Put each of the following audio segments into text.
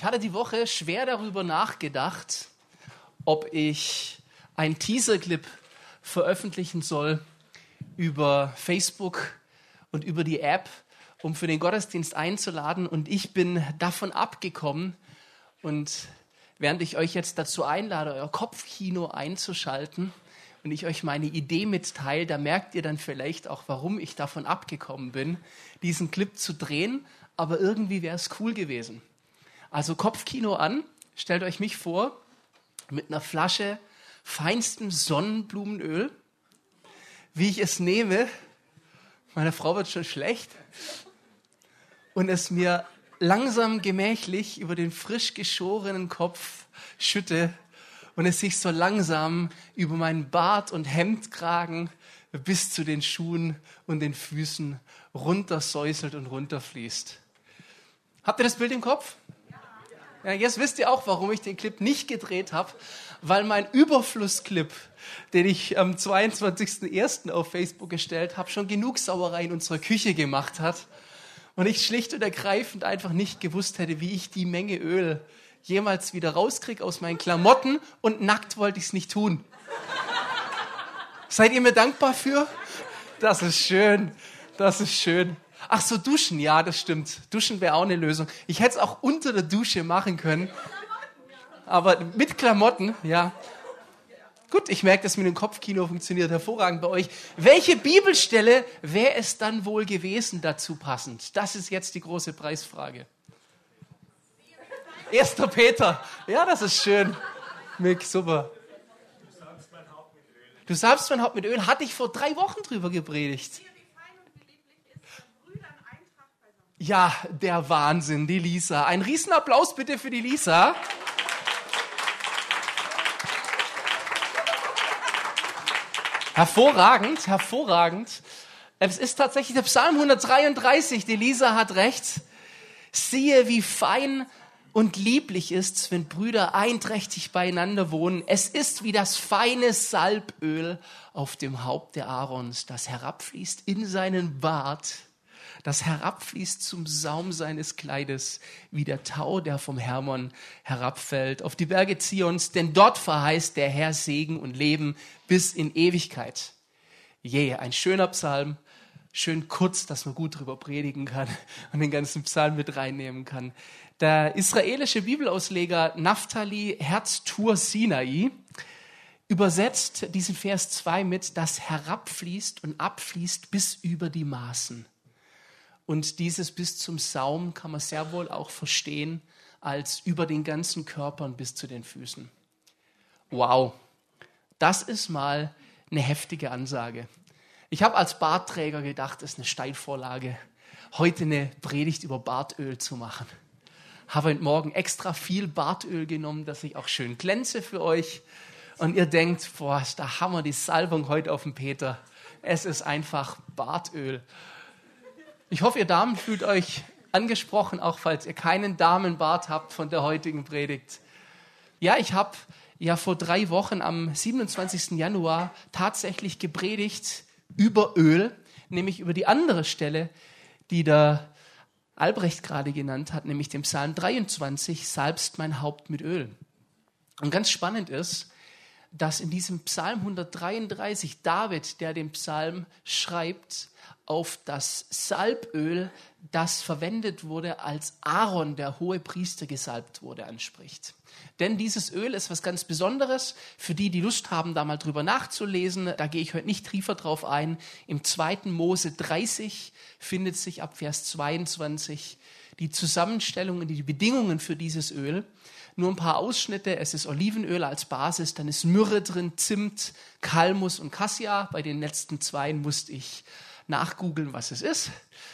Ich hatte die Woche schwer darüber nachgedacht, ob ich einen Teaser-Clip veröffentlichen soll über Facebook und über die App, um für den Gottesdienst einzuladen. Und ich bin davon abgekommen. Und während ich euch jetzt dazu einlade, euer Kopfkino einzuschalten und ich euch meine Idee mitteile, da merkt ihr dann vielleicht auch, warum ich davon abgekommen bin, diesen Clip zu drehen. Aber irgendwie wäre es cool gewesen. Also Kopfkino an, stellt euch mich vor, mit einer Flasche feinstem Sonnenblumenöl, wie ich es nehme, meine Frau wird schon schlecht, und es mir langsam gemächlich über den frisch geschorenen Kopf schütte und es sich so langsam über meinen Bart und Hemdkragen bis zu den Schuhen und den Füßen runtersäuselt und runterfließt. Habt ihr das Bild im Kopf? Ja, jetzt wisst ihr auch, warum ich den Clip nicht gedreht habe, weil mein Überflussclip, den ich am 22.01. auf Facebook gestellt habe, schon genug Sauerei in unserer Küche gemacht hat und ich schlicht und ergreifend einfach nicht gewusst hätte, wie ich die Menge Öl jemals wieder rauskriege aus meinen Klamotten, und nackt wollte ich es nicht tun. Seid ihr mir dankbar für? Das ist schön, das ist schön. Ach so, duschen, ja, das stimmt. Duschen wäre auch eine Lösung. Ich hätte es auch unter der Dusche machen können. Aber mit Klamotten, ja. Gut, ich merke, dass mit dem Kopfkino funktioniert hervorragend bei euch. Welche Bibelstelle wäre es dann wohl gewesen dazu passend? Das ist jetzt die große Preisfrage. 1. Peter. Ja, das ist schön. Mick, super. Du salbst mein Haupt mit Öl. Hatte ich vor 3 Wochen drüber gepredigt. Ja, der Wahnsinn, die Lisa. Ein Riesenapplaus bitte für die Lisa. Hervorragend, hervorragend. Es ist tatsächlich der Psalm 133, die Lisa hat recht. Siehe, wie fein und lieblich ist's, wenn Brüder einträchtig beieinander wohnen. Es ist wie das feine Salböl auf dem Haupte Aarons, das herabfließt in seinen Bart, das herabfließt zum Saum seines Kleides, wie der Tau, der vom Hermon herabfällt, auf die Berge Zions, denn dort verheißt der Herr Segen und Leben bis in Ewigkeit. Ein schöner Psalm, schön kurz, dass man gut drüber predigen kann und den ganzen Psalm mit reinnehmen kann. Der israelische Bibelausleger Naphtali Herz Tur Sinai übersetzt diesen Vers 2 mit, das herabfließt und abfließt bis über die Maßen. Und dieses bis zum Saum kann man sehr wohl auch verstehen als über den ganzen Körper und bis zu den Füßen. Wow, das ist mal eine heftige Ansage. Ich habe als Bartträger gedacht, das ist eine Steilvorlage, heute eine Predigt über Bartöl zu machen. Habe heute Morgen extra viel Bartöl genommen, dass ich auch schön glänze für euch. Und ihr denkt, boah, ist der Hammer, die Salbung heute auf dem Peter. Es ist einfach Bartöl. Ich hoffe, ihr Damen fühlt euch angesprochen, auch falls ihr keinen Damenbart habt von der heutigen Predigt. Ja, ich habe ja vor 3 Wochen am 27. Januar tatsächlich gepredigt über Öl, nämlich über die andere Stelle, die der Albrecht gerade genannt hat, nämlich dem Psalm 23, salbst mein Haupt mit Öl. Und ganz spannend ist, dass in diesem Psalm 133 David, der den Psalm schreibt, auf das Salböl, das verwendet wurde, als Aaron, der hohe Priester, gesalbt wurde, anspricht. Denn dieses Öl ist was ganz Besonderes. Für die, die Lust haben, da mal drüber nachzulesen, da gehe ich heute nicht tiefer drauf ein. Im 2. Mose 30 findet sich ab Vers 22 die Zusammenstellung und die Bedingungen für dieses Öl. Nur ein paar Ausschnitte. Es ist Olivenöl als Basis, dann ist Myrrhe drin, Zimt, Kalmus und Kassia. Bei den letzten 2 musste ich nachgoogeln, was es ist.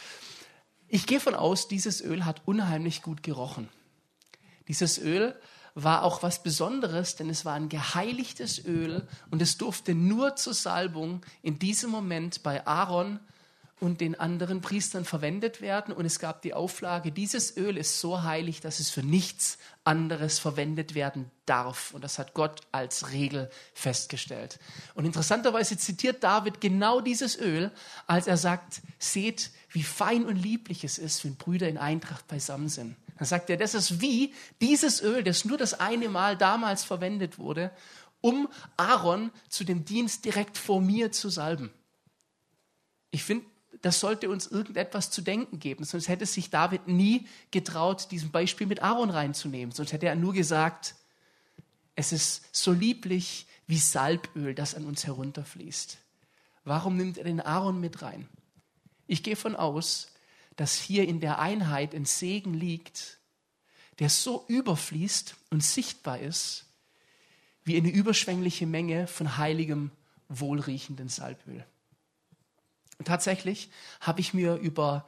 Ich gehe von aus, dieses Öl hat unheimlich gut gerochen. Dieses Öl war auch was Besonderes, denn es war ein geheiligtes Öl und es durfte nur zur Salbung in diesem Moment bei Aaron und den anderen Priestern verwendet werden. Und es gab die Auflage, dieses Öl ist so heilig, dass es für nichts anderes verwendet werden darf. Und das hat Gott als Regel festgestellt. Und interessanterweise zitiert David genau dieses Öl, als er sagt, seht, wie fein und lieblich es ist, wenn Brüder in Eintracht beisammen sind. Dann sagt er, das ist wie dieses Öl, das nur das eine Mal damals verwendet wurde, um Aaron zu dem Dienst direkt vor mir zu salben. Ich finde, das sollte uns irgendetwas zu denken geben, sonst hätte sich David nie getraut, diesen Beispiel mit Aaron reinzunehmen. Sonst hätte er nur gesagt, es ist so lieblich wie Salböl, das an uns herunterfließt. Warum nimmt er den Aaron mit rein? Ich gehe von aus, dass hier in der Einheit ein Segen liegt, der so überfließt und sichtbar ist, wie eine überschwängliche Menge von heiligem, wohlriechenden Salböl. Und tatsächlich habe ich mir über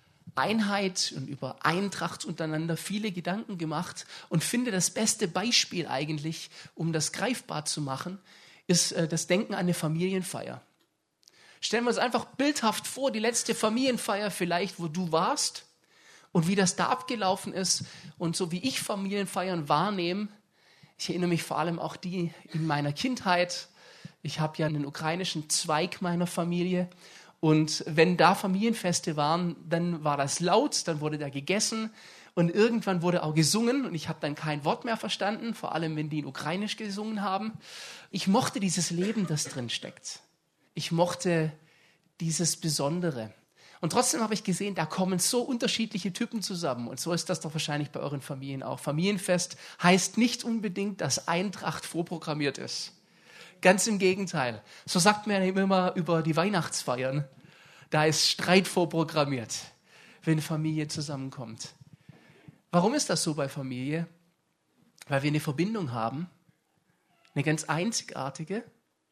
Einheit und über Eintracht untereinander viele Gedanken gemacht und finde, das beste Beispiel eigentlich, um das greifbar zu machen, ist das Denken an eine Familienfeier. Stellen wir uns einfach bildhaft vor, die letzte Familienfeier vielleicht, wo du warst und wie das da abgelaufen ist. Und so wie ich Familienfeiern wahrnehme, ich erinnere mich vor allem auch die in meiner Kindheit. Ich habe ja einen ukrainischen Zweig meiner Familie. Und wenn da Familienfeste waren, dann war das laut, dann wurde da gegessen und irgendwann wurde auch gesungen und ich habe dann kein Wort mehr verstanden, vor allem wenn die in Ukrainisch gesungen haben. Ich mochte dieses Leben, das drin steckt. Ich mochte dieses Besondere. Und trotzdem habe ich gesehen, da kommen so unterschiedliche Typen zusammen. Und so ist das doch wahrscheinlich bei euren Familien auch. Familienfest heißt nicht unbedingt, dass Eintracht vorprogrammiert ist. Ganz im Gegenteil. So sagt man immer über die Weihnachtsfeiern. Da ist Streit vorprogrammiert, wenn Familie zusammenkommt. Warum ist das so bei Familie? Weil wir eine Verbindung haben, eine ganz einzigartige.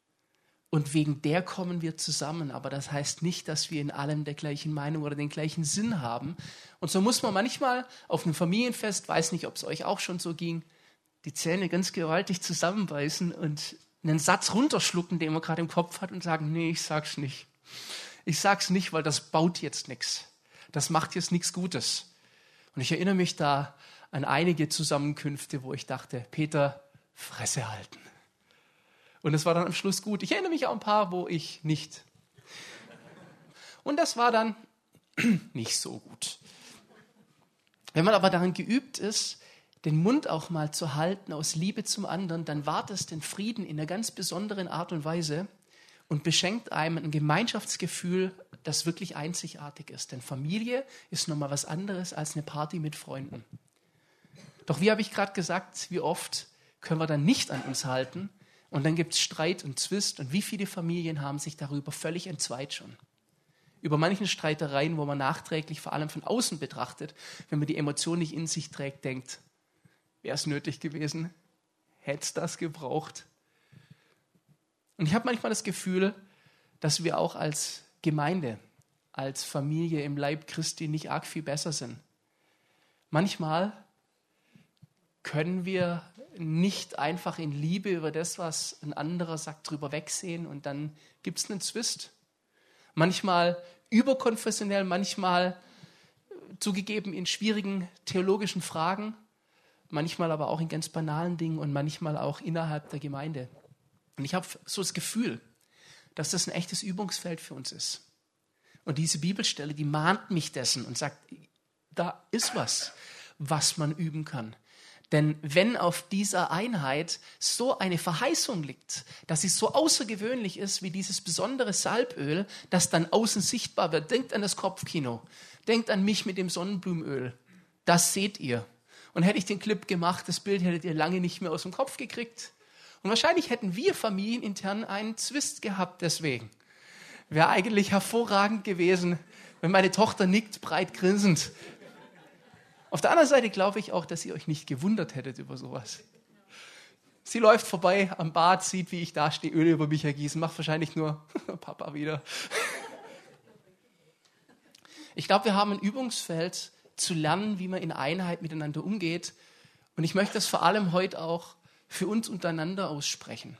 Und wegen der kommen wir zusammen. Aber das heißt nicht, dass wir in allem der gleichen Meinung oder den gleichen Sinn haben. Und so muss man manchmal auf einem Familienfest, weiß nicht, ob es euch auch schon so ging, die Zähne ganz gewaltig zusammenbeißen und einen Satz runterschlucken, den man gerade im Kopf hat und sagen, nee, ich sag's nicht. Ich sag's nicht, weil das baut jetzt nichts. Das macht jetzt nichts Gutes. Und ich erinnere mich da an einige Zusammenkünfte, wo ich dachte, Peter, Fresse halten. Und es war dann am Schluss gut. Ich erinnere mich auch ein paar, wo ich nicht. Und das war dann nicht so gut. Wenn man aber daran geübt ist, den Mund auch mal zu halten aus Liebe zum anderen, dann wahrt es den Frieden in einer ganz besonderen Art und Weise und beschenkt einem ein Gemeinschaftsgefühl, das wirklich einzigartig ist. Denn Familie ist nochmal was anderes als eine Party mit Freunden. Doch wie habe ich gerade gesagt, wie oft können wir dann nicht an uns halten und dann gibt es Streit und Zwist und wie viele Familien haben sich darüber völlig entzweit schon. Über manchen Streitereien, wo man nachträglich vor allem von außen betrachtet, wenn man die Emotion nicht in sich trägt, denkt, wäre es nötig gewesen? Hätte es das gebraucht? Und ich habe manchmal das Gefühl, dass wir auch als Gemeinde, als Familie im Leib Christi nicht arg viel besser sind. Manchmal können wir nicht einfach in Liebe über das, was ein anderer sagt, drüber wegsehen und dann gibt es einen Zwist. Manchmal überkonfessionell, manchmal zugegeben in schwierigen theologischen Fragen, manchmal aber auch in ganz banalen Dingen und manchmal auch innerhalb der Gemeinde. Und ich habe so das Gefühl, dass das ein echtes Übungsfeld für uns ist. Und diese Bibelstelle, die mahnt mich dessen und sagt, da ist was man üben kann. Denn wenn auf dieser Einheit so eine Verheißung liegt, dass sie so außergewöhnlich ist wie dieses besondere Salböl, das dann außen sichtbar wird, denkt an das Kopfkino, denkt an mich mit dem Sonnenblumenöl, das seht ihr. Und hätte ich den Clip gemacht, das Bild hättet ihr lange nicht mehr aus dem Kopf gekriegt. Und wahrscheinlich hätten wir familienintern einen Zwist gehabt deswegen. Wäre eigentlich hervorragend gewesen, wenn meine Tochter nickt, breit grinsend. Auf der anderen Seite glaube ich auch, dass ihr euch nicht gewundert hättet über sowas. Sie läuft vorbei am Bad, sieht, wie ich da stehe, Öl über mich ergießen, macht wahrscheinlich nur Papa wieder. Ich glaube, wir haben ein Übungsfeld zu lernen, wie man in Einheit miteinander umgeht. Und ich möchte das vor allem heute auch für uns untereinander aussprechen.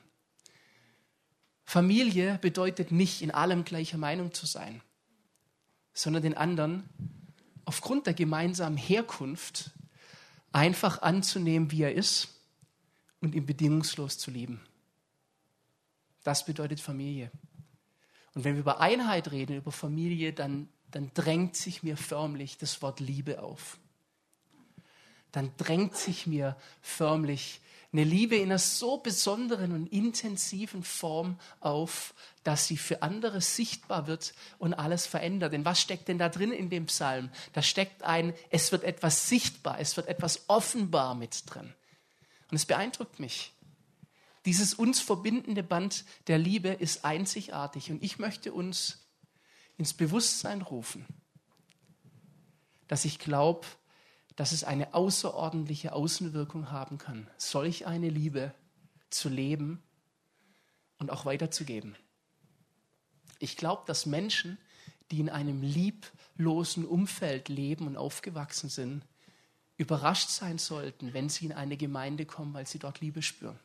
Familie bedeutet nicht, in allem gleicher Meinung zu sein, sondern den anderen aufgrund der gemeinsamen Herkunft einfach anzunehmen, wie er ist und ihn bedingungslos zu lieben. Das bedeutet Familie. Und wenn wir über Einheit reden, über Familie, dann drängt sich mir förmlich das Wort Liebe auf. dann drängt sich mir förmlich eine Liebe in einer so besonderen und intensiven Form auf, dass sie für andere sichtbar wird und alles verändert. Denn was steckt denn da drin in dem Psalm? Da steckt es wird etwas sichtbar, es wird etwas offenbar mit drin. Und es beeindruckt mich. Dieses uns verbindende Band der Liebe ist einzigartig. Und ich möchte uns ins Bewusstsein rufen, dass ich glaube, dass es eine außerordentliche Außenwirkung haben kann, solch eine Liebe zu leben und auch weiterzugeben. Ich glaube, dass Menschen, die in einem lieblosen Umfeld leben und aufgewachsen sind, überrascht sein sollten, wenn sie in eine Gemeinde kommen, weil sie dort Liebe spüren.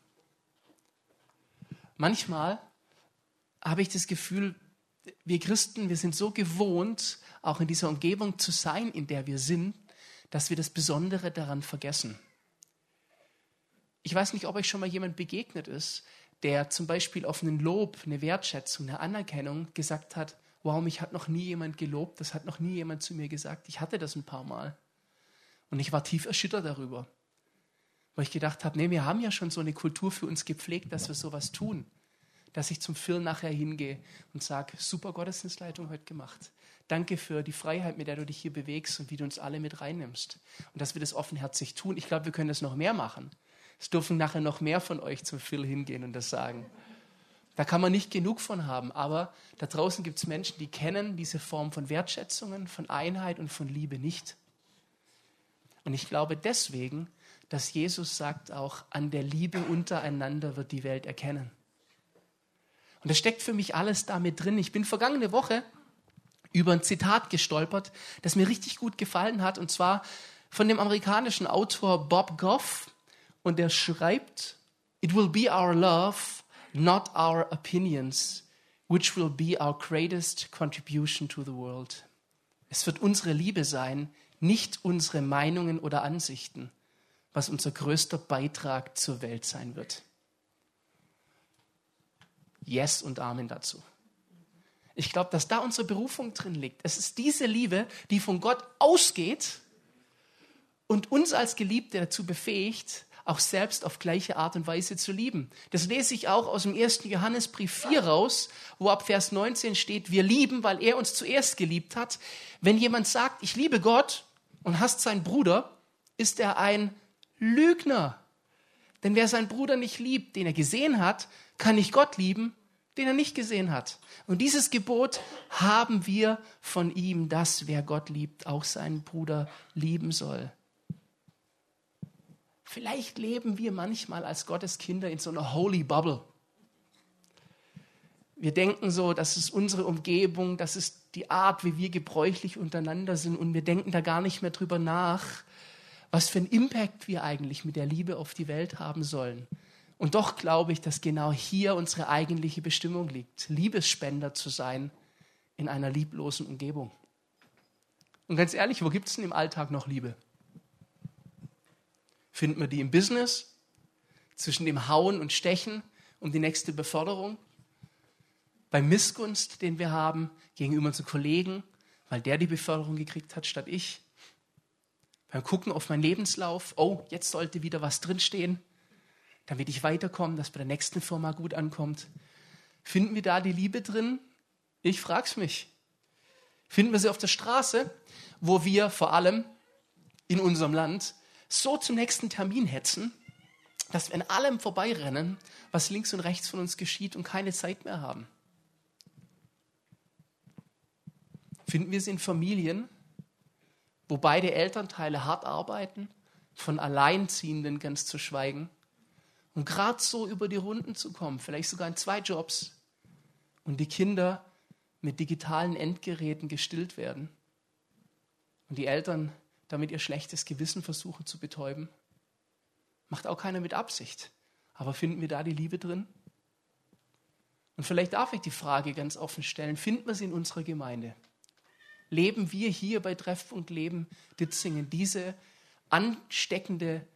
Manchmal habe ich das Gefühl, wir Christen, wir sind so gewohnt, auch in dieser Umgebung zu sein, in der wir sind, dass wir das Besondere daran vergessen. Ich weiß nicht, ob euch schon mal jemand begegnet ist, der zum Beispiel auf einen Lob, eine Wertschätzung, eine Anerkennung gesagt hat, wow, mich hat noch nie jemand gelobt, das hat noch nie jemand zu mir gesagt. Ich hatte das ein paar Mal. Und ich war tief erschüttert darüber, weil ich gedacht habe, nee, wir haben ja schon so eine Kultur für uns gepflegt, dass wir sowas tun. Dass ich zum Phil nachher hingehe und sage, super Gottesdienstleitung heute gemacht. Danke für die Freiheit, mit der du dich hier bewegst und wie du uns alle mit reinnimmst. Und dass wir das offenherzig tun. Ich glaube, wir können das noch mehr machen. Es dürfen nachher noch mehr von euch zum Phil hingehen und das sagen. Da kann man nicht genug von haben, aber da draußen gibt es Menschen, die kennen diese Form von Wertschätzungen, von Einheit und von Liebe nicht. Und ich glaube deswegen, dass Jesus sagt auch, an der Liebe untereinander wird die Welt erkennen. Und das steckt für mich alles damit drin. Ich bin vergangene Woche über ein Zitat gestolpert, das mir richtig gut gefallen hat, und zwar von dem amerikanischen Autor Bob Goff. Und der schreibt, "It will be our love, not our opinions, which will be our greatest contribution to the world." Es wird unsere Liebe sein, nicht unsere Meinungen oder Ansichten, was unser größter Beitrag zur Welt sein wird. Yes und Amen dazu. Ich glaube, dass da unsere Berufung drin liegt. Es ist diese Liebe, die von Gott ausgeht und uns als Geliebte dazu befähigt, auch selbst auf gleiche Art und Weise zu lieben. Das lese ich auch aus dem 1. Johannesbrief 4 raus, wo ab Vers 19 steht, wir lieben, weil er uns zuerst geliebt hat. Wenn jemand sagt, ich liebe Gott und hasst seinen Bruder, ist er ein Lügner. Denn wer seinen Bruder nicht liebt, den er gesehen hat, kann nicht Gott lieben, den er nicht gesehen hat. Und dieses Gebot haben wir von ihm, dass wer Gott liebt, auch seinen Bruder lieben soll. Vielleicht leben wir manchmal als Gottes Kinder in so einer Holy Bubble. Wir denken so, das ist unsere Umgebung, das ist die Art, wie wir gebräuchlich untereinander sind, und wir denken da gar nicht mehr drüber nach, was für einen Impact wir eigentlich mit der Liebe auf die Welt haben sollen. Und doch glaube ich, dass genau hier unsere eigentliche Bestimmung liegt, Liebesspender zu sein in einer lieblosen Umgebung. Und ganz ehrlich, wo gibt es denn im Alltag noch Liebe? Finden wir die im Business, zwischen dem Hauen und Stechen um die nächste Beförderung? Bei Missgunst, den wir haben gegenüber unseren Kollegen, weil der die Beförderung gekriegt hat statt ich? Beim Gucken auf meinen Lebenslauf, oh, jetzt sollte wieder was drinstehen, damit ich weiterkomme, dass bei der nächsten Firma gut ankommt. Finden wir da die Liebe drin? Ich frag's mich. Finden wir sie auf der Straße, wo wir vor allem in unserem Land so zum nächsten Termin hetzen, dass wir an allem vorbeirennen, was links und rechts von uns geschieht, und keine Zeit mehr haben? Finden wir sie in Familien, wo beide Elternteile hart arbeiten, von Alleinziehenden ganz zu schweigen, und gerade so über die Runden zu kommen, vielleicht sogar in 2 Jobs, und die Kinder mit digitalen Endgeräten gestillt werden und die Eltern damit ihr schlechtes Gewissen versuchen zu betäuben? Macht auch keiner mit Absicht. Aber finden wir da die Liebe drin? Und vielleicht darf ich die Frage ganz offen stellen, finden wir sie in unserer Gemeinde? Leben wir hier bei Treffpunkt Leben Ditzingen diese ansteckende,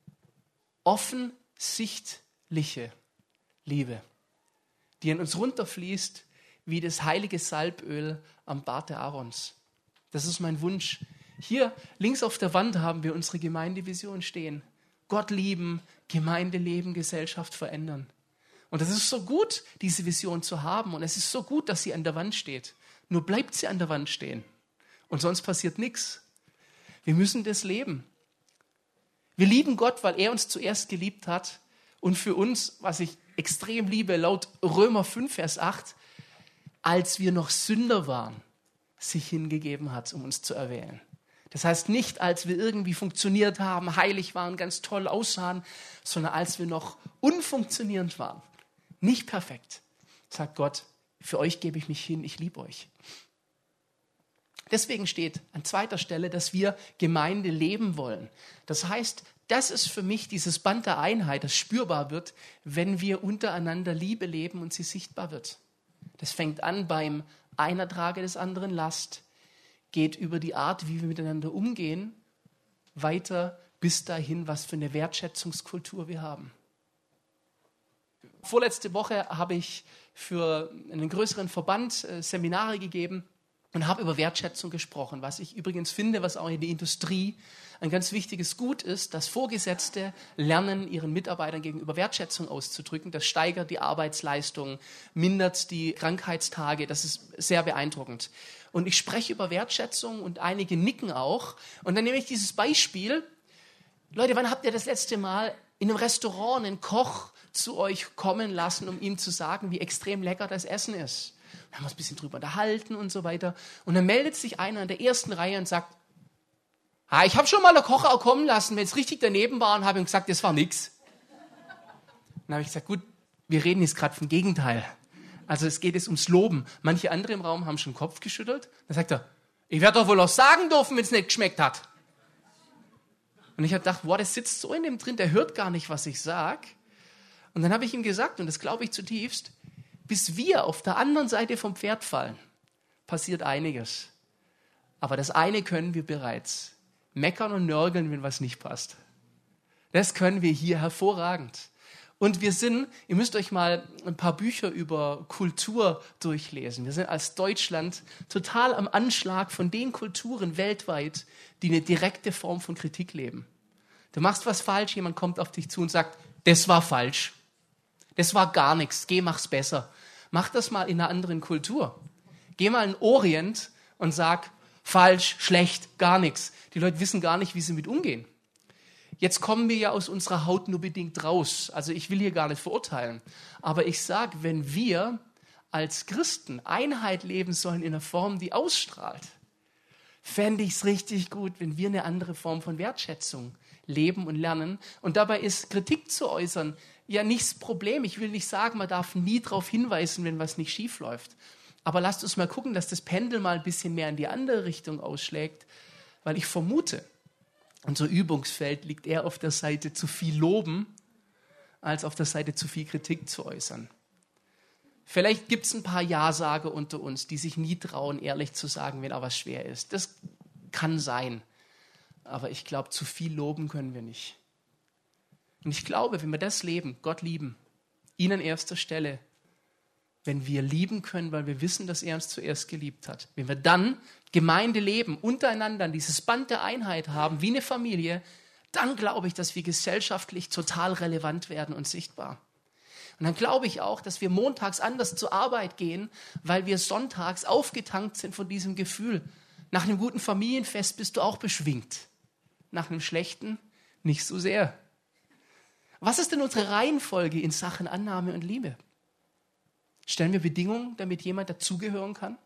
offensichtliche Liebe, die in uns runterfließt wie das heilige Salböl am Bart Aarons? Das ist mein Wunsch Hier links auf der Wand haben wir unsere Gemeindevision stehen. Gott lieben, Gemeinde leben, Gesellschaft verändern. Und es ist so gut, diese Vision zu haben. Und es ist so gut, dass sie an der Wand steht. Nur bleibt sie an der Wand stehen. Und sonst passiert nichts. Wir müssen das leben. Wir lieben Gott, weil er uns zuerst geliebt hat. Und für uns, was ich extrem liebe, laut Römer 5, Vers 8, als wir noch Sünder waren, sich hingegeben hat, um uns zu erwählen. Das heißt nicht, als wir irgendwie funktioniert haben, heilig waren, ganz toll aussahen, sondern als wir noch unfunktionierend waren. Nicht perfekt, sagt Gott, für euch gebe ich mich hin, ich liebe euch. Deswegen steht an zweiter Stelle, dass wir Gemeinde leben wollen. Das heißt, das ist für mich dieses Band der Einheit, das spürbar wird, wenn wir untereinander Liebe leben und sie sichtbar wird. Das fängt an beim einer trage des anderen Last, geht über die Art, wie wir miteinander umgehen, weiter bis dahin, was für eine Wertschätzungskultur wir haben. Vorletzte Woche habe ich für einen größeren Verband Seminare gegeben und habe über Wertschätzung gesprochen, was ich übrigens finde, was auch in der Industrie ein ganz wichtiges Gut ist, dass Vorgesetzte lernen, ihren Mitarbeitern gegenüber Wertschätzung auszudrücken. Das steigert die Arbeitsleistung, mindert die Krankheitstage. Das ist sehr beeindruckend. Und ich spreche über Wertschätzung und einige nicken auch. Und dann nehme ich dieses Beispiel. Leute, wann habt ihr das letzte Mal in einem Restaurant einen Koch zu euch kommen lassen, um ihm zu sagen, wie extrem lecker das Essen ist? Dann haben wir uns ein bisschen drüber unterhalten und so weiter. Und dann meldet sich einer in der ersten Reihe und sagt, ich habe schon mal einen Koch auch kommen lassen, wenn es richtig daneben war, und habe ihm gesagt, das war nix. Dann habe ich gesagt, gut, wir reden jetzt gerade vom Gegenteil. Also es geht jetzt ums Loben. Manche andere im Raum haben schon den Kopf geschüttelt. Dann sagt er, ich werde doch wohl auch sagen dürfen, wenn es nicht geschmeckt hat. Und ich habe gedacht, wow, das sitzt so in dem drin, der hört gar nicht, was ich sage. Und dann habe ich ihm gesagt, und das glaube ich zutiefst, bis wir auf der anderen Seite vom Pferd fallen, passiert einiges. Aber das eine können wir bereits. Meckern und nörgeln, wenn was nicht passt. Das können wir hier hervorragend. Und wir sind, ihr müsst euch mal ein paar Bücher über Kultur durchlesen. Wir sind als Deutschland total am Anschlag von den Kulturen weltweit, die eine direkte Form von Kritik leben. Du machst was falsch, jemand kommt auf dich zu und sagt, das war falsch. Das war gar nichts, geh, mach's besser. Mach das mal in einer anderen Kultur. Geh mal in den Orient und sag, falsch, schlecht, gar nichts. Die Leute wissen gar nicht, wie sie mit umgehen. Jetzt kommen wir ja aus unserer Haut nur bedingt raus. Also ich will hier gar nicht verurteilen. Aber ich sage, wenn wir als Christen Einheit leben sollen in einer Form, die ausstrahlt, fände ich es richtig gut, wenn wir eine andere Form von Wertschätzung leben und lernen. Und dabei ist Kritik zu äußern ja nicht das Problem. Ich will nicht sagen, man darf nie darauf hinweisen, wenn was nicht schief läuft. Aber lasst uns mal gucken, dass das Pendel mal ein bisschen mehr in die andere Richtung ausschlägt, weil ich vermute, unser Übungsfeld liegt eher auf der Seite zu viel loben, als auf der Seite zu viel Kritik zu äußern. Vielleicht gibt es ein paar Ja-Sager unter uns, die sich nie trauen, ehrlich zu sagen, wenn auch was schwer ist. Das kann sein. Aber ich glaube, zu viel loben können wir nicht. Und ich glaube, wenn wir das leben, Gott lieben, ihn an erster Stelle, wenn wir lieben können, weil wir wissen, dass er uns zuerst geliebt hat, wenn wir dann Gemeinde leben, untereinander dieses Band der Einheit haben, wie eine Familie, dann glaube ich, dass wir gesellschaftlich total relevant werden und sichtbar. Und dann glaube ich auch, dass wir montags anders zur Arbeit gehen, weil wir sonntags aufgetankt sind von diesem Gefühl. Nach einem guten Familienfest bist du auch beschwingt. Nach einem schlechten nicht so sehr. Was ist denn unsere Reihenfolge in Sachen Annahme und Liebe? Stellen wir Bedingungen, damit jemand dazugehören kann?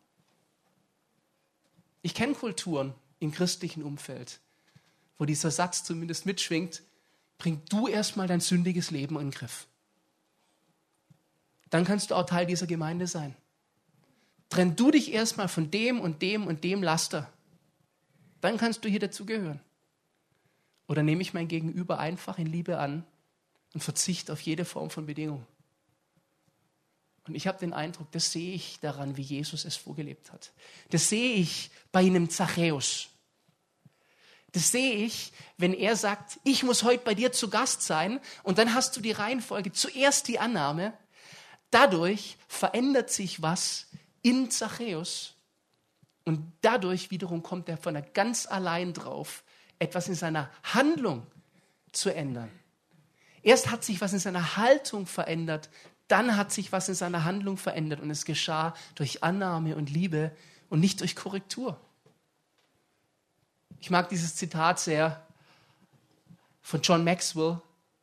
Ich kenne Kulturen im christlichen Umfeld, wo dieser Satz zumindest mitschwingt, bring du erstmal dein sündiges Leben in den Griff. Dann kannst du auch Teil dieser Gemeinde sein. Trenn du dich erstmal von dem und dem und dem Laster. Dann kannst du hier dazugehören. Oder nehme ich mein Gegenüber einfach in Liebe an und verzichte auf jede Form von Bedingung. Und ich habe den Eindruck, das sehe ich daran, wie Jesus es vorgelebt hat. Das sehe ich bei einem Zachäus. Das sehe ich, wenn er sagt, ich muss heute bei dir zu Gast sein, und dann hast du die Reihenfolge, zuerst die Annahme. Dadurch verändert sich was in Zachäus Und dadurch wiederum kommt er von ganz allein drauf, etwas in seiner Handlung zu ändern. Erst hat sich was in seiner Haltung verändert, dann hat sich was in seiner Handlung verändert und es geschah durch Annahme und Liebe und nicht durch Korrektur. Ich mag dieses Zitat sehr von John Maxwell.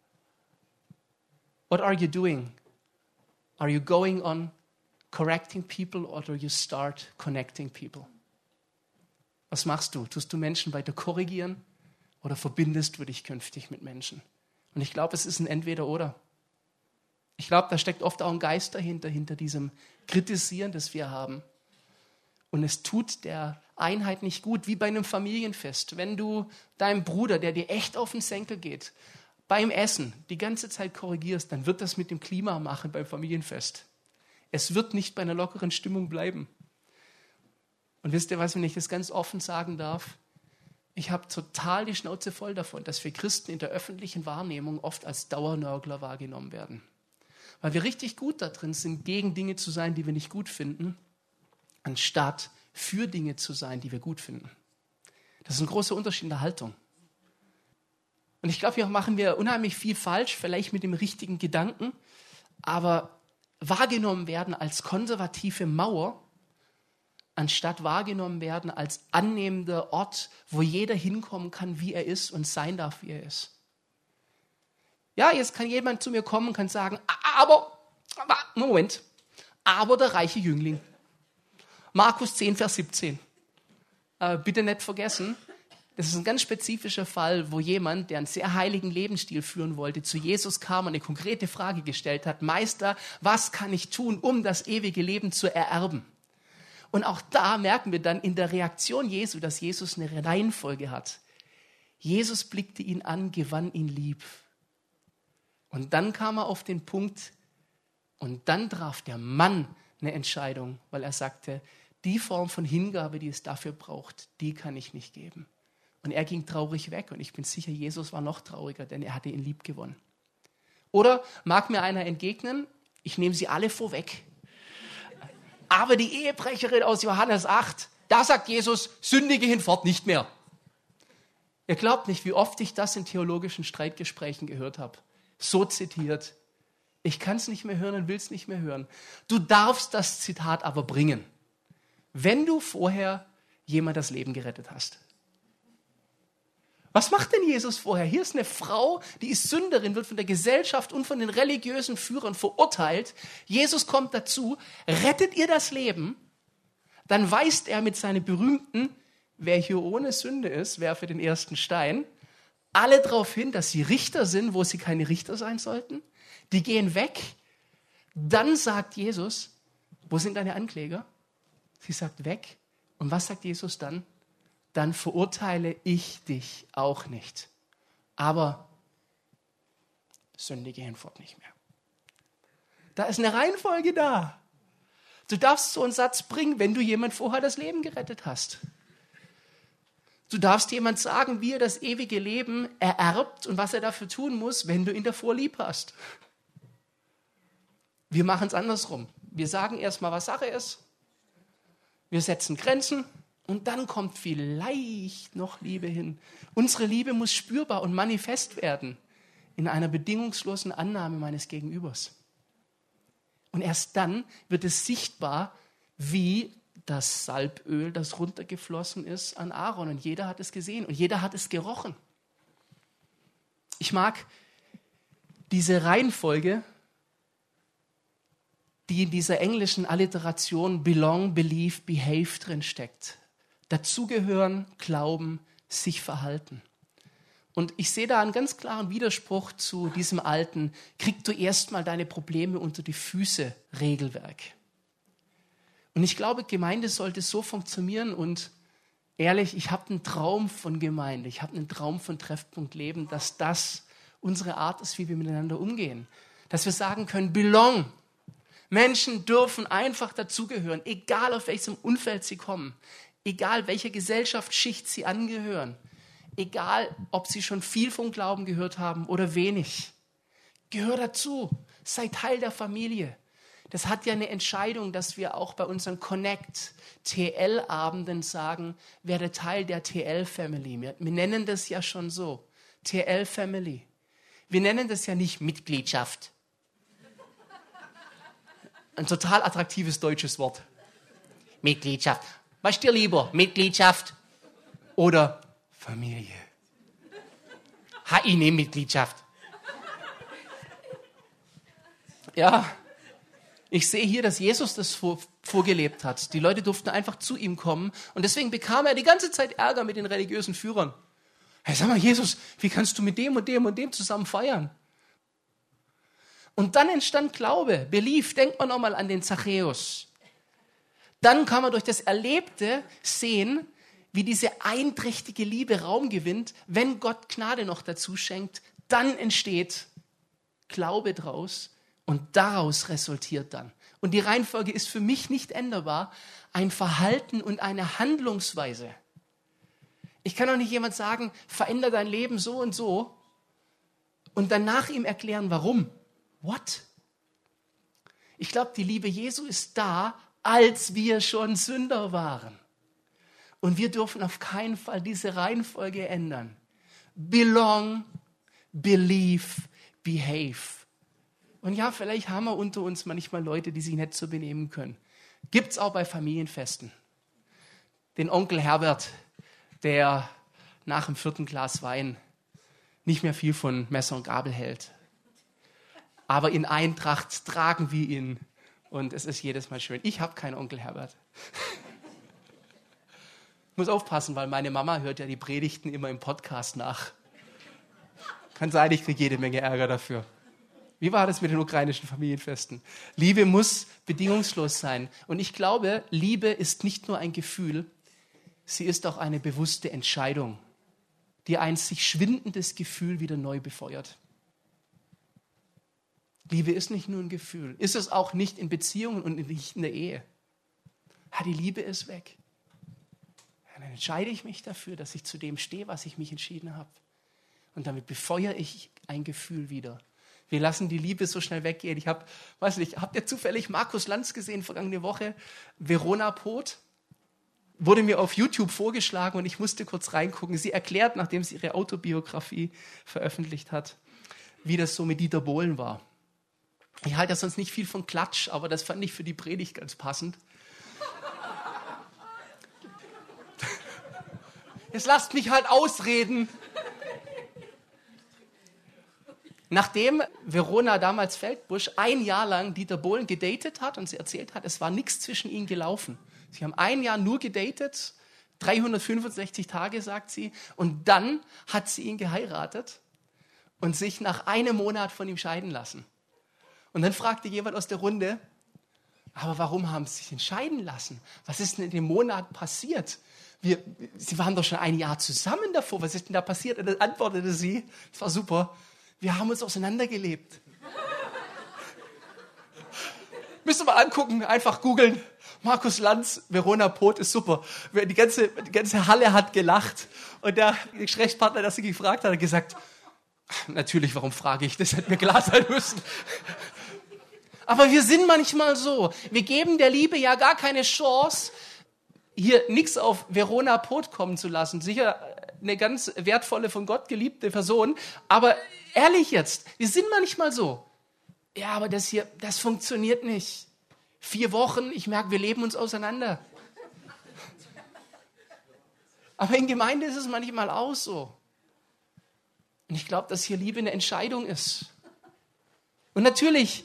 What are you doing? Are you going on correcting people or do you start connecting people? Was machst du? Tust du Menschen weiter korrigieren oder verbindest du dich künftig mit Menschen? Und ich glaube, es ist ein Entweder-Oder. Ich glaube, da steckt oft auch ein Geist dahinter, hinter diesem Kritisieren, das wir haben. Und es tut der Einheit nicht gut, wie bei einem Familienfest. Wenn du deinem Bruder, der dir echt auf den Senkel geht, beim Essen die ganze Zeit korrigierst, dann wird das mit dem Klima machen beim Familienfest. Es wird nicht bei einer lockeren Stimmung bleiben. Und wisst ihr was, wenn ich das ganz offen sagen darf? Ich habe total die Schnauze voll davon, dass wir Christen in der öffentlichen Wahrnehmung oft als Dauernörgler wahrgenommen werden. Weil wir richtig gut da drin sind, gegen Dinge zu sein, die wir nicht gut finden, anstatt für Dinge zu sein, die wir gut finden. Das ist ein großer Unterschied in der Haltung. Und ich glaube, hier machen wir unheimlich viel falsch, vielleicht mit dem richtigen Gedanken, aber wahrgenommen werden als konservative Mauer, anstatt wahrgenommen werden als annehmender Ort, wo jeder hinkommen kann, wie er ist und sein darf, wie er ist. Ja, jetzt kann jemand zu mir kommen und kann sagen, aber der reiche Jüngling. Markus 10, Vers 17. Bitte nicht vergessen, das ist ein ganz spezifischer Fall, wo jemand, der einen sehr heiligen Lebensstil führen wollte, zu Jesus kam und eine konkrete Frage gestellt hat, Meister, was kann ich tun, um das ewige Leben zu ererben? Und auch da merken wir dann in der Reaktion Jesu, dass Jesus eine Reihenfolge hat. Jesus blickte ihn an, gewann ihn lieb. Und dann kam er auf den Punkt und dann traf der Mann eine Entscheidung, weil er sagte, die Form von Hingabe, die es dafür braucht, die kann ich nicht geben. Und er ging traurig weg und ich bin sicher, Jesus war noch trauriger, denn er hatte ihn lieb gewonnen. Oder mag mir einer entgegnen, ich nehme sie alle vorweg, aber die Ehebrecherin aus Johannes 8, da sagt Jesus, sündige hinfort nicht mehr. Ihr glaubt nicht, wie oft ich das in theologischen Streitgesprächen gehört habe. So zitiert. Ich kann es nicht mehr hören und will es nicht mehr hören. Du darfst das Zitat aber bringen, wenn du vorher jemand das Leben gerettet hast. Was macht denn Jesus vorher? Hier ist eine Frau, die ist Sünderin, wird von der Gesellschaft und von den religiösen Führern verurteilt. Jesus kommt dazu, rettet ihr das Leben, dann weist er mit seinen berühmten, wer hier ohne Sünde ist, werfe den ersten Stein, alle darauf hin, dass sie Richter sind, wo sie keine Richter sein sollten. Die gehen weg. Dann sagt Jesus, wo sind deine Ankläger? Sie sagt weg. Und was sagt Jesus dann? Dann verurteile ich dich auch nicht. Aber sündige hinfort nicht mehr. Da ist eine Reihenfolge da. Du darfst so einen Satz bringen, wenn du jemand vorher das Leben gerettet hast. Du darfst jemand sagen, wie er das ewige Leben ererbt und was er dafür tun muss, wenn du ihn davor lieb hast. Wir machen es andersrum. Wir sagen erstmal, was Sache ist. Wir setzen Grenzen. Und dann kommt vielleicht noch Liebe hin. Unsere Liebe muss spürbar und manifest werden in einer bedingungslosen Annahme meines Gegenübers. Und erst dann wird es sichtbar, wie das Salböl, das runtergeflossen ist an Aaron. Und jeder hat es gesehen und jeder hat es gerochen. Ich mag diese Reihenfolge, die in dieser englischen Alliteration Belong, Believe, Behave drin steckt. Dazugehören, glauben, sich verhalten. Und ich sehe da einen ganz klaren Widerspruch zu diesem alten, krieg du erstmal deine Probleme unter die Füße Regelwerk. Und ich glaube, Gemeinde sollte so funktionieren und ehrlich, ich habe einen Traum von Gemeinde, ich habe einen Traum von Treffpunkt Leben, dass das unsere Art ist, wie wir miteinander umgehen. Dass wir sagen können, belong. Menschen dürfen einfach dazugehören, egal auf welchem Umfeld sie kommen. Egal, welcher Gesellschaftsschicht sie angehören, egal, ob sie schon viel vom Glauben gehört haben oder wenig. Gehör dazu, sei Teil der Familie. Das hat ja eine Entscheidung, dass wir auch bei unseren Connect-TL-Abenden sagen, werde Teil der TL-Family. Wir nennen das ja schon so, TL-Family. Wir nennen das ja nicht Mitgliedschaft. Ein total attraktives deutsches Wort. Mitgliedschaft. Was ist dir lieber? Mitgliedschaft oder Familie? Ich nehme Mitgliedschaft. Ja, ich sehe hier, dass Jesus das vorgelebt hat. Die Leute durften einfach zu ihm kommen und deswegen bekam er die ganze Zeit Ärger mit den religiösen Führern. Hey, sag mal, Jesus, wie kannst du mit dem und dem und dem zusammen feiern? Und dann entstand Glaube, Belief. Denkt man nochmal an den Zachäus. Dann kann man durch das Erlebte sehen, wie diese einträchtige Liebe Raum gewinnt, wenn Gott Gnade noch dazu schenkt. Dann entsteht Glaube draus und daraus resultiert dann. Und die Reihenfolge ist für mich nicht änderbar. Ein Verhalten und eine Handlungsweise. Ich kann doch nicht jemand sagen, verändere dein Leben so und danach ihm erklären, warum. What? Ich glaube, die Liebe Jesu ist da, als wir schon Sünder waren. Und wir dürfen auf keinen Fall diese Reihenfolge ändern. Belong, believe, behave. Und ja, vielleicht haben wir unter uns manchmal Leute, die sich nicht so benehmen können. Gibt's auch bei Familienfesten. Den Onkel Herbert, der nach dem 4. Glas Wein nicht mehr viel von Messer und Gabel hält. Aber in Eintracht tragen wir ihn und es ist jedes Mal schön. Ich habe keinen Onkel Herbert. Ich muss aufpassen, weil meine Mama hört ja die Predigten immer im Podcast nach. Kann sein, ich kriege jede Menge Ärger dafür. Wie war das mit den ukrainischen Familienfesten? Liebe muss bedingungslos sein. Und ich glaube, Liebe ist nicht nur ein Gefühl, sie ist auch eine bewusste Entscheidung, die ein sich schwindendes Gefühl wieder neu befeuert. Liebe ist nicht nur ein Gefühl. Ist es auch nicht in Beziehungen und nicht in der Ehe. Ja, die Liebe ist weg. Ja, dann entscheide ich mich dafür, dass ich zu dem stehe, was ich mich entschieden habe. Und damit befeuere ich ein Gefühl wieder. Wir lassen die Liebe so schnell weggehen. Habt ihr zufällig Markus Lanz gesehen vergangene Woche? Verona Poth wurde mir auf YouTube vorgeschlagen und ich musste kurz reingucken. Sie erklärt, nachdem sie ihre Autobiografie veröffentlicht hat, wie das so mit Dieter Bohlen war. Ich halte ja sonst nicht viel von Klatsch, aber das fand ich für die Predigt ganz passend. Jetzt lasst mich halt ausreden. Nachdem Verona damals Feldbusch ein Jahr lang Dieter Bohlen gedatet hat und sie erzählt hat, es war nichts zwischen ihnen gelaufen. Sie haben ein Jahr nur gedatet, 365 Tage, sagt sie, und dann hat sie ihn geheiratet und sich nach einem Monat von ihm scheiden lassen. Und dann fragte jemand aus der Runde, aber warum haben Sie sich entscheiden lassen? Was ist denn in dem Monat passiert? Sie waren doch schon ein Jahr zusammen davor. Was ist denn da passiert? Und dann antwortete sie, das war super, wir haben uns auseinandergelebt. Müsst ihr mal angucken, einfach googeln. Markus Lanz, Verona Poth ist super. Die ganze Halle hat gelacht. Und der Gesprächspartner, der sie gefragt hat gesagt, natürlich, warum frage ich? Das hätte mir klar sein müssen. Aber wir sind manchmal so. Wir geben der Liebe ja gar keine Chance, hier nichts auf Verona Poth kommen zu lassen. Sicher eine ganz wertvolle, von Gott geliebte Person. Aber ehrlich jetzt, wir sind manchmal so. Ja, aber das funktioniert nicht. 4 Wochen, ich merke, wir leben uns auseinander. Aber in Gemeinde ist es manchmal auch so. Und ich glaube, dass hier Liebe eine Entscheidung ist. Und natürlich,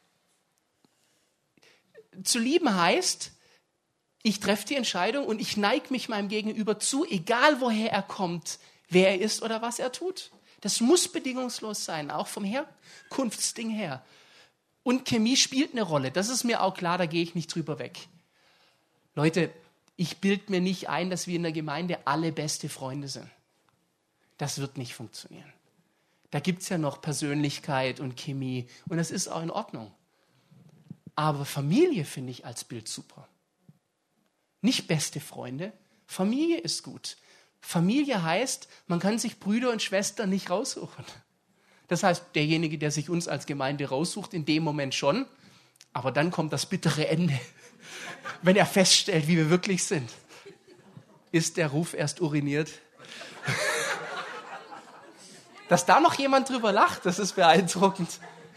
zu lieben heißt, ich treffe die Entscheidung und ich neige mich meinem Gegenüber zu, egal woher er kommt, wer er ist oder was er tut. Das muss bedingungslos sein, auch vom Herkunftsding her. Und Chemie spielt eine Rolle, das ist mir auch klar, da gehe ich nicht drüber weg. Leute, ich bilde mir nicht ein, dass wir in der Gemeinde alle beste Freunde sind. Das wird nicht funktionieren. Da gibt es ja noch Persönlichkeit und Chemie und das ist auch in Ordnung. Aber Familie finde ich als Bild super. Nicht beste Freunde, Familie ist gut. Familie heißt, man kann sich Brüder und Schwestern nicht raussuchen. Das heißt, derjenige, der sich uns als Gemeinde raussucht, in dem Moment schon, Aber dann kommt das bittere Ende, wenn er feststellt, wie wir wirklich sind. Ist der Ruf erst uriniert? Dass da noch jemand drüber lacht, das ist beeindruckend.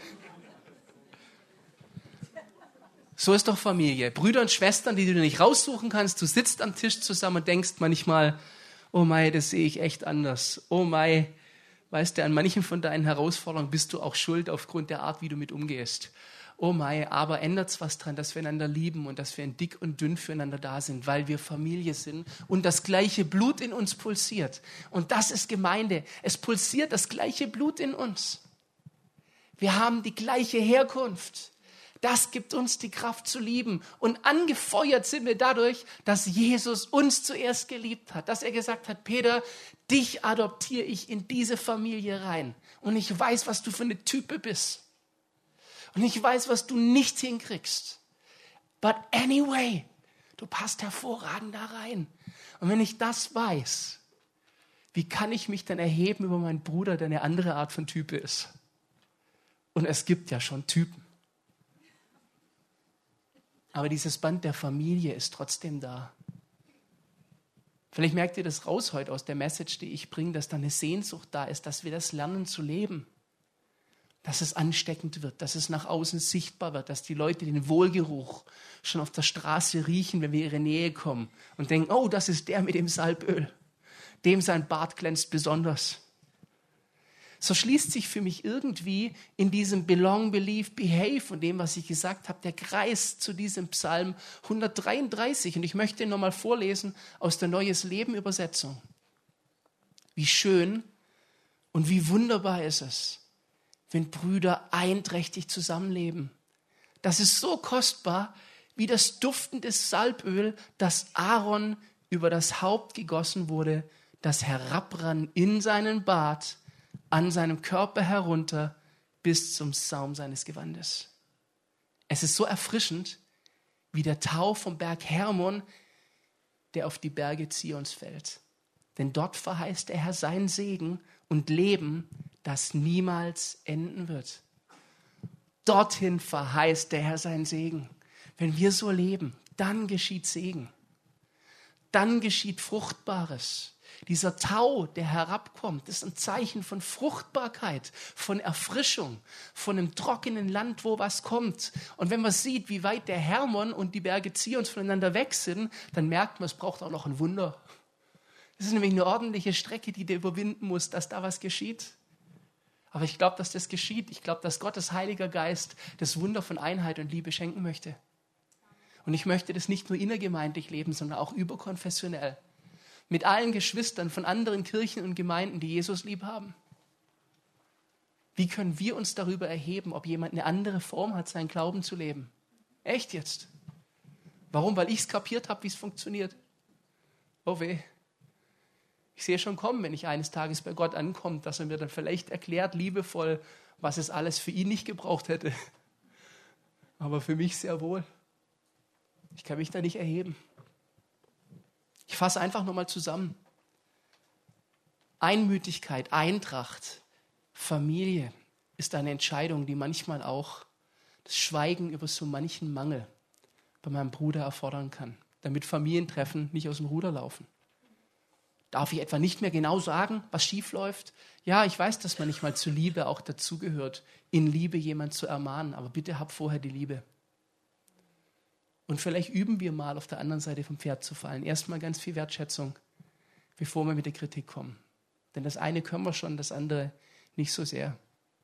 So ist doch Familie. Brüder und Schwestern, die du nicht raussuchen kannst. Du sitzt am Tisch zusammen und denkst manchmal, oh Mei, das sehe ich echt anders. Oh Mei, weißt du, an manchen von deinen Herausforderungen bist du auch schuld aufgrund der Art, wie du mit umgehst. Oh Mei, aber ändert's was dran, dass wir einander lieben und dass wir in dick und dünn füreinander da sind, weil wir Familie sind und das gleiche Blut in uns pulsiert. Und das ist Gemeinde. Es pulsiert das gleiche Blut in uns. Wir haben die gleiche Herkunft. Das gibt uns die Kraft zu lieben. Und angefeuert sind wir dadurch, dass Jesus uns zuerst geliebt hat. Dass er gesagt hat, Peter, dich adoptiere ich in diese Familie rein. Und ich weiß, was du für eine Type bist. Und ich weiß, was du nicht hinkriegst. But anyway, du passt hervorragend da rein. Und wenn ich das weiß, wie kann ich mich dann erheben über meinen Bruder, der eine andere Art von Type ist? Und es gibt ja schon Typen. Aber dieses Band der Familie ist trotzdem da. Vielleicht merkt ihr das raus heute aus der Message, die ich bringe, dass da eine Sehnsucht da ist, dass wir das lernen zu leben. Dass es ansteckend wird, dass es nach außen sichtbar wird, dass die Leute den Wohlgeruch schon auf der Straße riechen, wenn wir in ihre Nähe kommen und denken, oh, das ist der mit dem Salböl. Dem sein Bart glänzt besonders. So schließt sich für mich irgendwie in diesem Belong, Believe, Behave von dem, was ich gesagt habe, der Kreis zu diesem Psalm 133. Und ich möchte ihn nochmal vorlesen aus der Neues Leben Übersetzung. Wie schön und wie wunderbar ist es, wenn Brüder einträchtig zusammenleben. Das ist so kostbar wie das duftende Salböl, das Aaron über das Haupt gegossen wurde, das herabrann in seinen Bart, an seinem Körper herunter bis zum Saum seines Gewandes. Es ist so erfrischend wie der Tau vom Berg Hermon, der auf die Berge Zions fällt. Denn dort verheißt der Herr seinen Segen und Leben, das niemals enden wird. Dorthin verheißt der Herr seinen Segen. Wenn wir so leben, dann geschieht Segen. Dann geschieht Fruchtbares. Dieser Tau, der herabkommt, ist ein Zeichen von Fruchtbarkeit, von Erfrischung, von einem trockenen Land, wo was kommt. Und wenn man sieht, wie weit der Hermon und die Berge Zions voneinander weg sind, dann merkt man, es braucht auch noch ein Wunder. Das ist nämlich eine ordentliche Strecke, die du überwinden musst, dass da was geschieht. Aber ich glaube, dass das geschieht. Ich glaube, dass Gottes Heiliger Geist das Wunder von Einheit und Liebe schenken möchte. Und ich möchte das nicht nur innergemeindlich leben, sondern auch überkonfessionell. Mit allen Geschwistern von anderen Kirchen und Gemeinden, die Jesus lieb haben. Wie können wir uns darüber erheben, ob jemand eine andere Form hat, seinen Glauben zu leben? Echt jetzt? Warum? Weil ich es kapiert habe, wie es funktioniert. Oh weh. Ich sehe schon kommen, wenn ich eines Tages bei Gott ankomme, dass er mir dann vielleicht erklärt, liebevoll, was es alles für ihn nicht gebraucht hätte. Aber für mich sehr wohl. Ich kann mich da nicht erheben. Ich fasse einfach nochmal zusammen. Einmütigkeit, Eintracht, Familie ist eine Entscheidung, die manchmal auch das Schweigen über so manchen Mangel bei meinem Bruder erfordern kann, damit Familientreffen nicht aus dem Ruder laufen. Darf ich etwa nicht mehr genau sagen, was schief läuft? Ja, ich weiß, dass man nicht mal zur Liebe auch dazugehört, in Liebe jemand zu ermahnen, aber bitte hab vorher die Liebe. Und vielleicht üben wir mal, auf der anderen Seite vom Pferd zu fallen. Erstmal ganz viel Wertschätzung, bevor wir mit der Kritik kommen. Denn das eine können wir schon, das andere nicht so sehr.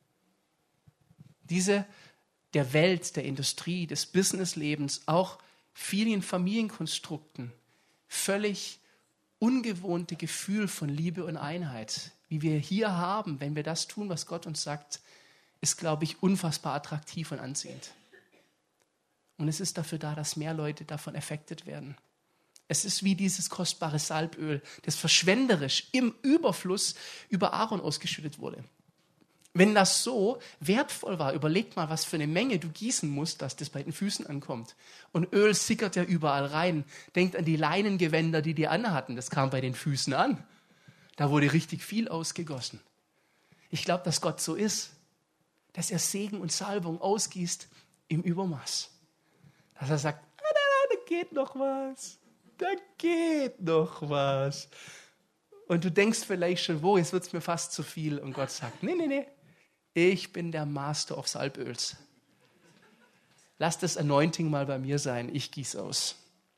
Diese der Welt, der Industrie, des Businesslebens, auch vielen Familienkonstrukten, völlig ungewohnte Gefühl von Liebe und Einheit, wie wir hier haben, wenn wir das tun, was Gott uns sagt, ist, glaube ich, unfassbar attraktiv und anziehend. Und es ist dafür da, dass mehr Leute davon affected werden. Es ist wie dieses kostbare Salböl, das verschwenderisch im Überfluss über Aaron ausgeschüttet wurde. Wenn das so wertvoll war, überleg mal, was für eine Menge du gießen musst, dass das bei den Füßen ankommt. Und Öl sickert ja überall rein. Denkt an die Leinengewänder, die die anhatten. Das kam bei den Füßen an. Da wurde richtig viel ausgegossen. Ich glaube, dass Gott so ist, dass er Segen und Salbung ausgießt im Übermaß. Dass er sagt, da geht noch was. Da geht noch was. Und du denkst vielleicht schon, jetzt wird es mir fast zu viel. Und Gott sagt, nee. Ich bin der Master of Salböls. Lass das Anointing mal bei mir sein. Ich gieße aus.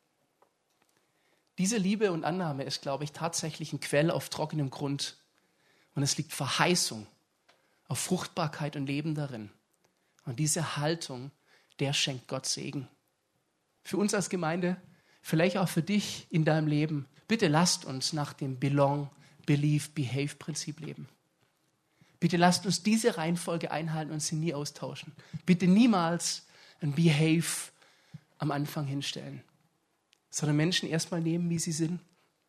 Diese Liebe und Annahme ist, glaube ich, tatsächlich ein Quell auf trockenem Grund. Und es liegt Verheißung auf Fruchtbarkeit und Leben darin. Und diese Haltung, der schenkt Gott Segen. Für uns als Gemeinde, vielleicht auch für dich in deinem Leben. Bitte lasst uns nach dem Belong, Believe, Behave-Prinzip leben. Bitte lasst uns diese Reihenfolge einhalten und sie nie austauschen. Bitte niemals ein Behave am Anfang hinstellen, sondern Menschen erstmal nehmen, wie sie sind.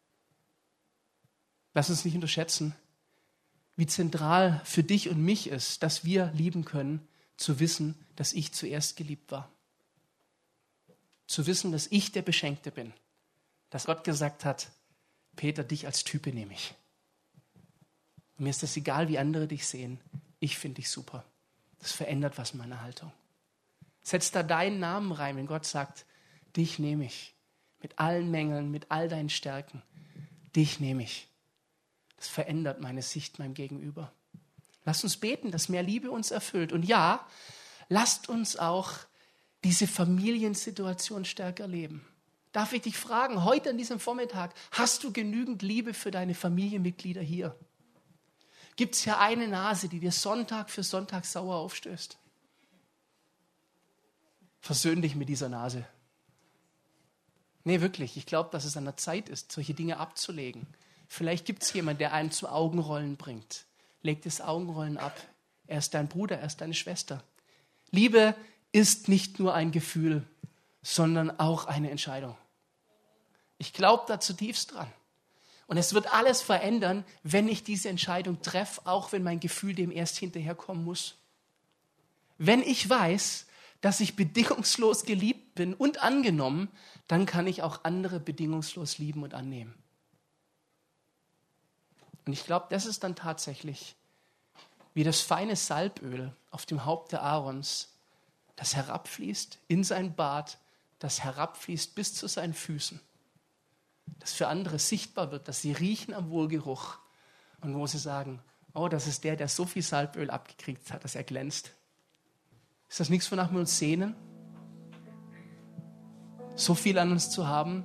Lass uns nicht unterschätzen, wie zentral für dich und mich ist, dass wir lieben können, zu wissen, dass ich zuerst geliebt war. Zu wissen, dass ich der Beschenkte bin. Dass Gott gesagt hat, Peter, dich als Type nehme ich. Und mir ist das egal, wie andere dich sehen. Ich finde dich super. Das verändert was in meiner Haltung. Setz da deinen Namen rein, wenn Gott sagt, dich nehme ich. Mit allen Mängeln, mit all deinen Stärken. Dich nehme ich. Das verändert meine Sicht meinem Gegenüber. Lasst uns beten, dass mehr Liebe uns erfüllt. Und ja, lasst uns auch diese Familiensituation stärker leben. Darf ich dich fragen, heute an diesem Vormittag, hast du genügend Liebe für deine Familienmitglieder hier? Gibt es ja eine Nase, die dir Sonntag für Sonntag sauer aufstößt? Versöhn dich mit dieser Nase. Nee, wirklich, ich glaube, dass es an der Zeit ist, solche Dinge abzulegen. Vielleicht gibt es jemanden, der einen zum Augenrollen bringt. Leg das Augenrollen ab. Er ist dein Bruder, er ist deine Schwester. Liebe ist nicht nur ein Gefühl, sondern auch eine Entscheidung. Ich glaube da zutiefst dran. Und es wird alles verändern, wenn ich diese Entscheidung treffe, auch wenn mein Gefühl dem erst hinterherkommen muss. Wenn ich weiß, dass ich bedingungslos geliebt bin und angenommen, dann kann ich auch andere bedingungslos lieben und annehmen. Und ich glaube, das ist dann tatsächlich wie das feine Salböl auf dem Haupt der Aarons, das herabfließt in sein Bart, das herabfließt bis zu seinen Füßen. Das für andere sichtbar wird, dass sie riechen am Wohlgeruch und wo sie sagen, oh, das ist der so viel Salböl abgekriegt hat, dass er glänzt. Ist das nichts, wonach wir uns sehnen? So viel an uns zu haben?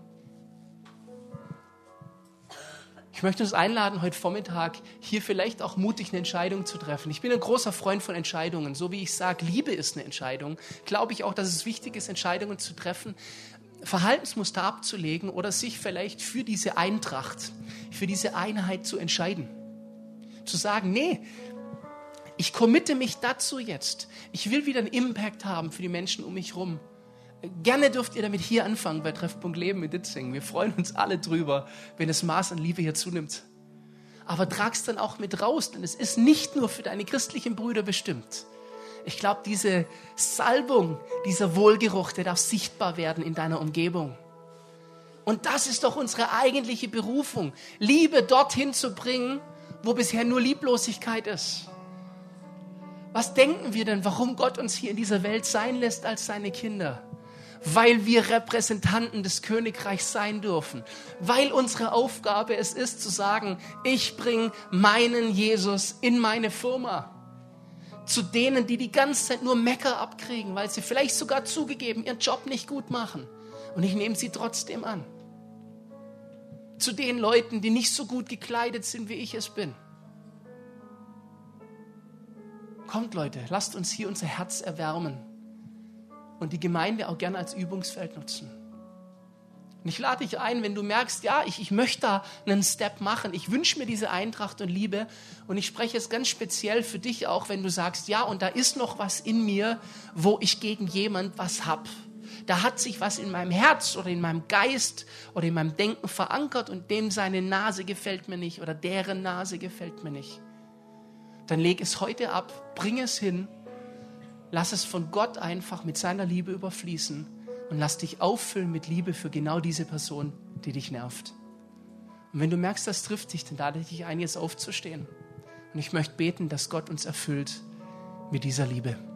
Ich möchte uns einladen, heute Vormittag hier vielleicht auch mutig eine Entscheidung zu treffen. Ich bin ein großer Freund von Entscheidungen. So wie ich sage, Liebe ist eine Entscheidung, glaube ich auch, dass es wichtig ist, Entscheidungen zu treffen, Verhaltensmuster abzulegen oder sich vielleicht für diese Eintracht, für diese Einheit zu entscheiden. Zu sagen, nee, ich committe mich dazu jetzt. Ich will wieder einen Impact haben für die Menschen um mich herum. Gerne dürft ihr damit hier anfangen bei Treffpunkt Leben in Ditzingen. Wir freuen uns alle drüber, wenn das Maß an Liebe hier zunimmt. Aber trag's dann auch mit raus, denn es ist nicht nur für deine christlichen Brüder bestimmt. Ich glaube, diese Salbung, dieser Wohlgeruch, der darf sichtbar werden in deiner Umgebung. Und das ist doch unsere eigentliche Berufung, Liebe dorthin zu bringen, wo bisher nur Lieblosigkeit ist. Was denken wir denn, warum Gott uns hier in dieser Welt sein lässt als seine Kinder? Weil wir Repräsentanten des Königreichs sein dürfen. Weil unsere Aufgabe es ist, zu sagen, ich bringe meinen Jesus in meine Firma. Zu denen, die die ganze Zeit nur Mecker abkriegen, weil sie vielleicht sogar zugegeben ihren Job nicht gut machen. Und ich nehme sie trotzdem an. Zu den Leuten, die nicht so gut gekleidet sind, wie ich es bin. Kommt Leute, lasst uns hier unser Herz erwärmen und die Gemeinde auch gerne als Übungsfeld nutzen. Und ich lade dich ein, wenn du merkst, ja, ich möchte da einen Step machen, ich wünsche mir diese Eintracht und Liebe und ich spreche es ganz speziell für dich auch, wenn du sagst, ja, und da ist noch was in mir, wo ich gegen jemand was habe. Da hat sich was in meinem Herz oder in meinem Geist oder in meinem Denken verankert und dem seine Nase gefällt mir nicht oder deren Nase gefällt mir nicht. Dann leg es heute ab, bring es hin, lass es von Gott einfach mit seiner Liebe überfließen und lass dich auffüllen mit Liebe für genau diese Person, die dich nervt. Und wenn du merkst, das trifft dich, dann lade ich dich ein, jetzt aufzustehen. Und ich möchte beten, dass Gott uns erfüllt mit dieser Liebe.